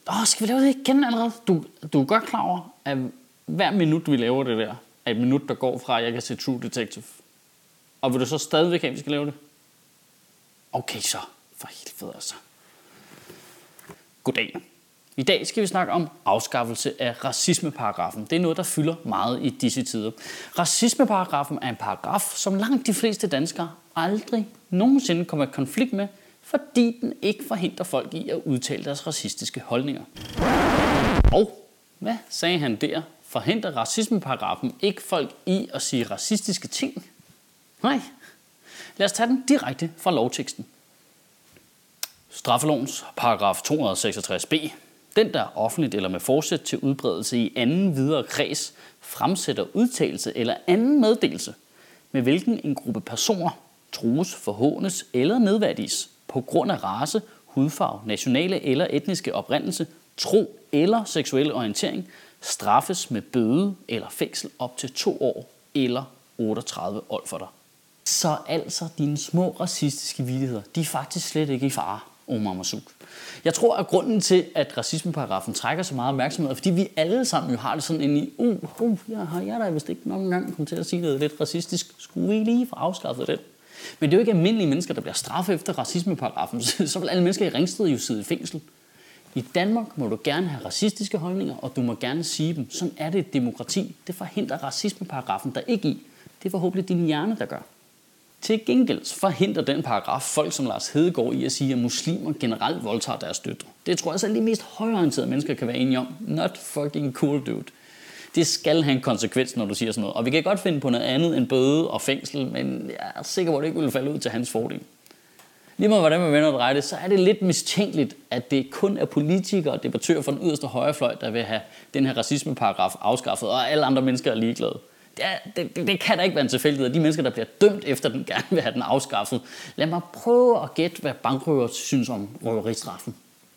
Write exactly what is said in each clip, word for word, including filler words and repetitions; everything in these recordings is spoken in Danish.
Åh, skal vi lave det igen allerede? Du, du er godt klar over, at hver minut, vi laver det der, er et minut, der går fra, at jeg kan se True Detective. Og vil du så stadigvæk have, at vi skal lave det? Okay, så. For helvede altså. Goddag. I dag skal vi snakke om afskaffelse af racismeparagrafen. Det er noget, der fylder meget i disse tider. Racismeparagrafen er en paragraf, som langt de fleste danskere aldrig nogensinde kommer i konflikt med, fordi den ikke forhindrer folk i at udtale deres racistiske holdninger. Og hvad sagde han der? Forhindrer racismeparagrafen ikke folk i at sige racistiske ting? Nej. Lad os tage den direkte fra lovteksten. Straffelovens paragraf to hundrede og seksogtres b. Den, der offentligt eller med forsæt til udbredelse i anden videre kreds fremsætter udtalelse eller anden meddelelse, med hvilken en gruppe personer trues, forhånes eller nedværdiges på grund af race, hudfarve, nationale eller etniske oprindelse, tro eller seksuel orientering, straffes med bøde eller fængsel op til to år eller otteogtredive olferter. Så altså dine små racistiske vittigheder, de er faktisk slet ikke i fare, Omar Marzouk. Jeg tror, at grunden til, at racismeparagrafen trækker så meget opmærksomhed, er, fordi vi alle sammen jo har det sådan inde i, uh, uh jeg har jeg der vist ikke nok engang kommet til at sige noget lidt racistisk. Skulle vi lige få afskaffet det? Men det er jo ikke almindelige mennesker, der bliver straffet efter racismeparagrafen. Så vil alle mennesker i Ringsted jo sidde i fængsel. I Danmark må du gerne have racistiske holdninger, og du må gerne sige dem. Sådan er det et demokrati. Det forhindrer racismeparagrafen der ikke i. Det er forhåbentlig din hjerne, der gør. Til gengæld forhindrer den paragraf folk som Lars Hedegaard i at sige, at muslimer generelt voldtager deres døtre. Det tror jeg så, at de mest højreorienterede mennesker kan være enige om. Not fucking cool, dude. Det skal have en konsekvens, når du siger sådan noget. Og vi kan godt finde på noget andet end bøde og fængsel, men jeg er sikker på, at det ikke vil falde ud til hans fordel. Lige meget hvordan man vender og drejer det, så er det lidt mistænkeligt, at det kun er politikere og debattører fra den yderste højrefløj, der vil have den her racismeparagraf afskaffet, og alle andre mennesker er ligeglade. Det, er, det, det, det kan da ikke være en tilfældighed, at de mennesker, der bliver dømt efter den, gerne vil have den afskaffet. Lad mig prøve at gætte, hvad bankrøver synes om røveristraffen.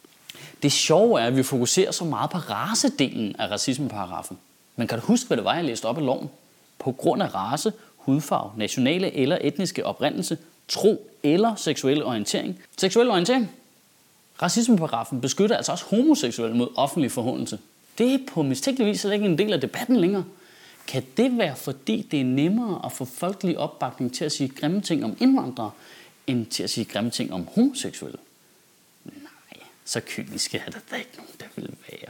Det sjove er, at vi fokuserer så meget på racedelen af racismeparagrafen. Men kan du huske, hvad det var, jeg læste op af loven? På grund af race, hudfarve, nationale eller etniske oprindelse, tro eller seksuel orientering. Seksuel orientering? Racismeparagrafen beskytter altså også homoseksuelle mod offentlig forhåndelse. Det er på mistænkelig vis ikke en del af debatten længere. Kan det være, fordi det er nemmere at få folkelig opbakning til at sige grimme ting om indvandrere, end til at sige grimme ting om homoseksuelle? Nej, så kynisk er der da ikke nogen, der vil være.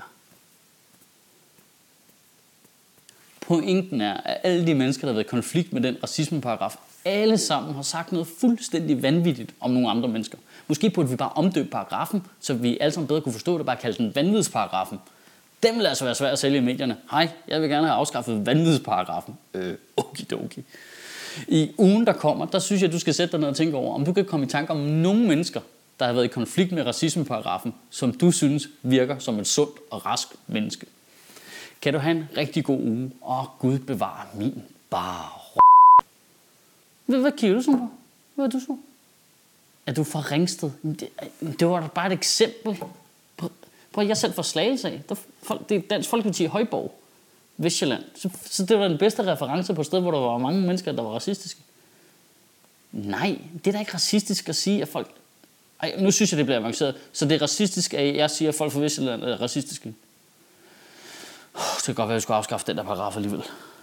Pointen er, at alle de mennesker, der har været i konflikt med den racismeparagraf, alle sammen har sagt noget fuldstændig vanvittigt om nogle andre mennesker. Måske burde vi bare omdøbe paragrafen, så vi alle sammen bedre kunne forstå det, bare kalde den vanvidsparagrafen. Den vil altså være svært at sælge i medierne. Hej, jeg vil gerne have afskaffet vanvidsparagrafen. Øh, okidoki. I ugen, der kommer, der synes jeg, du skal sætte dig ned og tænke over, om du kan komme i tanke om nogle mennesker, der har været i konflikt med racismeparagrafen, som du synes virker som et sundt og rask menneske. Kan du have en rigtig god uge, og Gud bevare min bare. Hvad, hvad kigger du sådan på? Hvad er du så? Er du fra Ringsted? Det, det var da bare et eksempel. Prøv, jeg er selv fra Slagelse af. Det er Dansk Folkeparti i Højborg, Vestjylland. Så, så det var den bedste reference på et sted, hvor der var mange mennesker, der var racistiske. Nej, det er da ikke racistisk at sige, at folk... Ej, nu synes jeg, det bliver avanceret. Så det er racistisk, at jeg siger, at folk fra Vestjylland er racistiske. Det kan godt være, at vi skulle afskaffe den der paragraf alligevel.